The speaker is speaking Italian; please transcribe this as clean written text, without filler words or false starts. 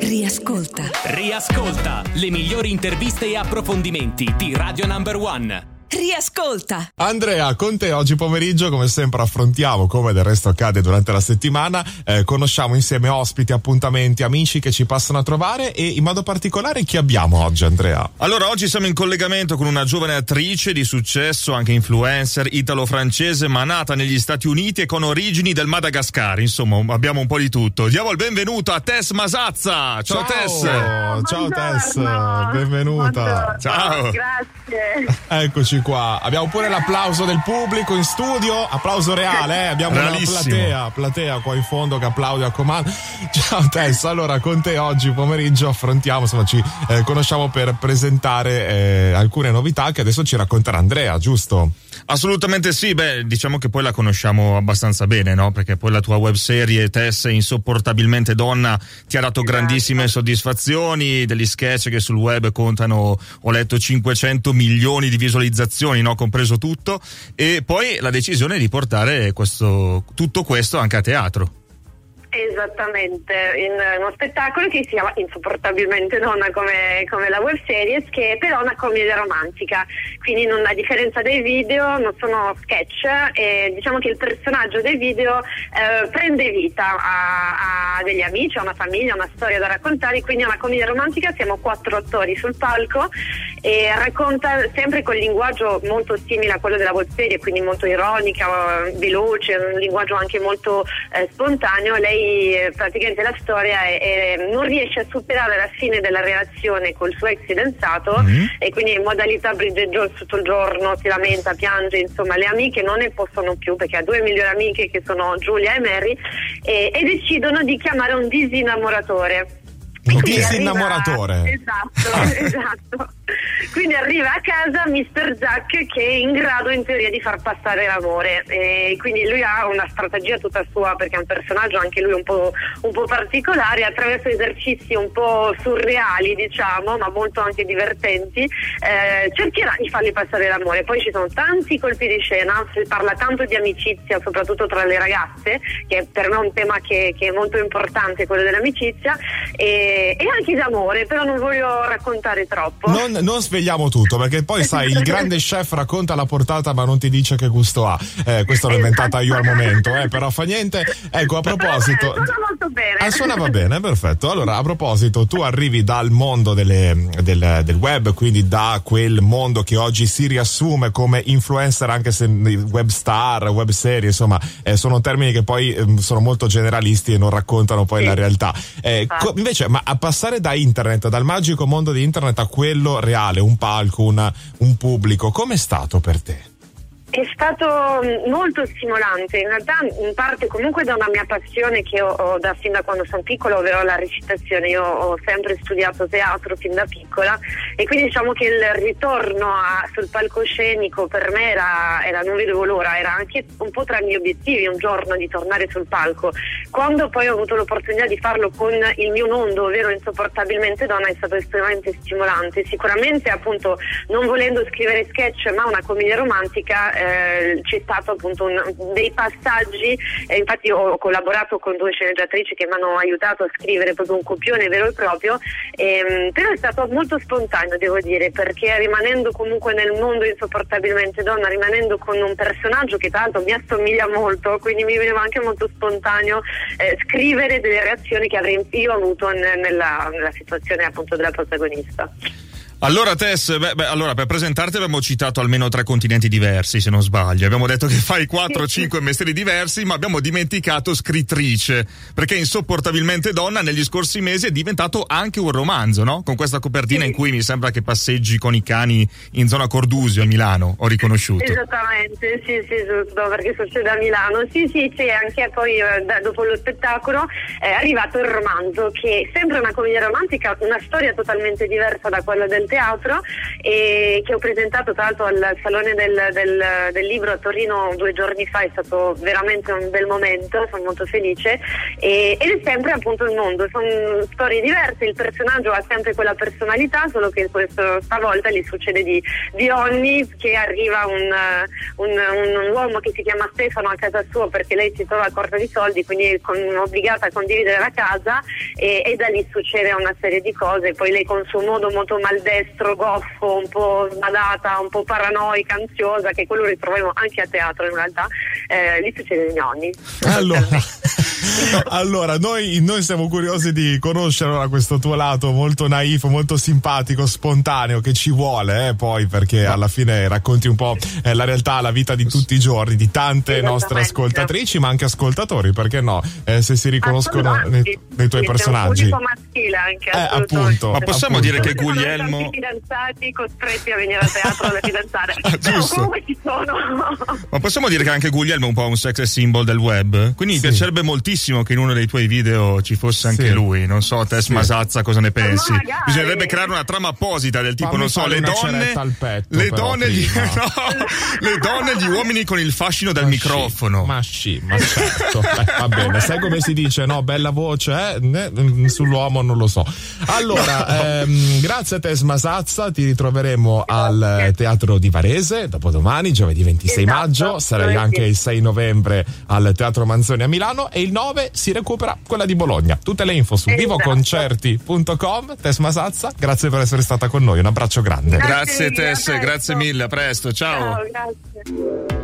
Riascolta. Riascolta le migliori interviste e approfondimenti di Radio Number One. Riascolta. Andrea, con te oggi pomeriggio come sempre affrontiamo, come del resto accade durante la settimana, conosciamo insieme ospiti, appuntamenti, amici che ci passano a trovare, e in modo particolare chi abbiamo oggi, Andrea? Allora, oggi siamo in collegamento con una giovane attrice di successo, anche influencer, italo-francese, ma nata negli Stati Uniti e con origini del Madagascar. Insomma, abbiamo un po' di tutto. Diamo il benvenuto a Tess Masazza. Ciao Tess. Ciao Tess, benvenuta. Buongiorno. Ciao. Grazie. Eccoci qua, abbiamo pure l'applauso del pubblico in studio, applauso reale, abbiamo Realissimo. una platea qua in fondo che applaude a comando. Ciao Tess, allora con te oggi pomeriggio affrontiamo, insomma ci conosciamo per presentare alcune novità che adesso ci racconterà Andrea, giusto? Assolutamente sì, diciamo che poi la conosciamo abbastanza bene, no? Perché poi la tua webserie Tess Insopportabilmente Donna ti ha dato grandissime soddisfazioni, degli sketch che sul web contano, ho letto, 500 milioni di visualizzazioni, no? Compreso tutto, e poi la decisione di portare tutto questo anche a teatro. Esattamente, in uno spettacolo che si chiama Insopportabilmente Donna come la web series, che è però una commedia romantica, quindi non, a differenza dei video non sono sketch, e diciamo che il personaggio dei video prende vita a degli amici, a una famiglia, a una storia da raccontare, quindi è una commedia romantica, siamo 4 attori sul palco e racconta sempre con linguaggio molto simile a quello della web serie, quindi molto ironica, veloce, un linguaggio anche molto spontaneo. Lei praticamente la storia non riesce a superare la fine della relazione col suo ex fidanzato, e quindi in modalità Bridget Jones tutto il giorno si lamenta, piange, insomma le amiche non ne possono più perché ha 2 migliori amiche che sono Giulia e Mary, e decidono di chiamare un disinnamoratore. Un disinnamoratore. Esatto. Quindi arriva a casa Mr. Jack, che è in grado in teoria di far passare l'amore, e quindi lui ha una strategia tutta sua, perché è un personaggio anche lui un po' particolare, attraverso esercizi un po' surreali, diciamo, ma molto anche divertenti, cercherà di fargli passare l'amore. Poi ci sono tanti colpi di scena, si parla tanto di amicizia, soprattutto tra le ragazze, che per me è un tema che è molto importante, quello dell'amicizia, e anche d'amore, però non voglio raccontare troppo. Non svegliamo tutto, perché poi sai, il grande chef racconta la portata ma non ti dice che gusto ha. Questa l'ho inventata io al momento, però fa niente. Ecco, a proposito, suona molto bene. Suonava bene, perfetto. Allora, a proposito, tu arrivi dal mondo del web, quindi da quel mondo che oggi si riassume come influencer, anche se web star, web serie, insomma, sono termini che poi sono molto generalisti e non raccontano poi la realtà. Invece, ma a passare da internet, dal magico mondo di internet a quello reale, un palco, un pubblico, com'è stato per te? È stato molto stimolante, in realtà in parte comunque da una mia passione che ho da fin da quando sono piccola, ovvero la recitazione. Io ho sempre studiato teatro fin da piccola, e quindi diciamo che il ritorno sul palcoscenico per me era non vedevo l'ora, era anche un po' tra i miei obiettivi un giorno di tornare sul palco. Quando poi ho avuto l'opportunità di farlo con il mio mondo, ovvero Insopportabilmente Donna, è stato estremamente stimolante. Sicuramente, appunto, non volendo scrivere sketch ma una commedia romantica, c'è stato appunto dei passaggi, infatti ho collaborato con 2 sceneggiatrici che mi hanno aiutato a scrivere proprio un copione vero e proprio, però è stato molto spontaneo, devo dire, perché rimanendo comunque nel mondo Insopportabilmente Donna, rimanendo con un personaggio che tra l'altro mi assomiglia molto, quindi mi veniva anche molto spontaneo scrivere delle reazioni che avrei io avuto nella situazione appunto della protagonista. Allora Tess, allora per presentarti abbiamo citato almeno 3 continenti diversi, se non sbaglio. Abbiamo detto che fai 4 o 5 mestieri diversi, ma abbiamo dimenticato scrittrice, perché Insopportabilmente Donna negli scorsi mesi è diventato anche un romanzo, no? Con questa copertina in cui mi sembra che passeggi con i cani in zona Cordusio a Milano, ho riconosciuto. Esattamente, sì, giusto, perché succede a Milano. Sì, anche poi dopo lo spettacolo è arrivato il romanzo, che è sempre una commedia romantica, una storia totalmente diversa da quella del teatro, e che ho presentato tra l'altro al Salone del Libro a Torino 2 giorni fa. È stato veramente un bel momento, sono molto felice, ed è sempre appunto il mondo, sono storie diverse, il personaggio ha sempre quella personalità, solo che stavolta gli succede di ogni, che arriva un uomo che si chiama Stefano a casa sua perché lei si trova corta di soldi, quindi è obbligata a condividere la casa, e da lì succede una serie di cose. Poi lei, con il suo modo molto maldestro, goffo, un po' sbadata, un po' paranoica, ansiosa, che quello ritroviamo anche a teatro in realtà, lì succede di ogni. Allora noi siamo curiosi di conoscere questo tuo lato molto naif, molto simpatico, spontaneo, che ci vuole poi, perché alla fine racconti un po' la realtà, la vita di tutti i giorni di tante nostre ascoltatrici, ma anche ascoltatori, perché no, se si riconoscono nei tuoi personaggi. C'è un pubblico maschile anche, appunto. Ma possiamo dire che Guglielmo, sono fidanzati costretti a venire a teatro da fidanzare. Giusto. Comunque ci sono. Ma possiamo dire che anche Guglielmo è un po' un sex symbol del web? Quindi mi piacerebbe moltissimo che in uno dei tuoi video ci fosse anche lui. Non so, Tess Masazza, cosa ne pensi? Bisognerebbe creare una trama apposita del tipo, non so, le donne gli uomini con il fascino del microfono. Ma certo. Va bene, sai come si dice, no? Bella voce, sull'uomo non lo so. Allora, grazie a Tess Masazza, ti ritroveremo al Teatro di Varese dopodomani, giovedì 26 maggio, sarai anche il 6 novembre al Teatro Manzoni a Milano, e il 9 si recupera quella di Bologna. Tutte le info su vivoconcerti.com. Tess Masazza, grazie per essere stata con noi, un abbraccio grande. Grazie Tess, grazie mille, a presto, ciao. Ciao, grazie.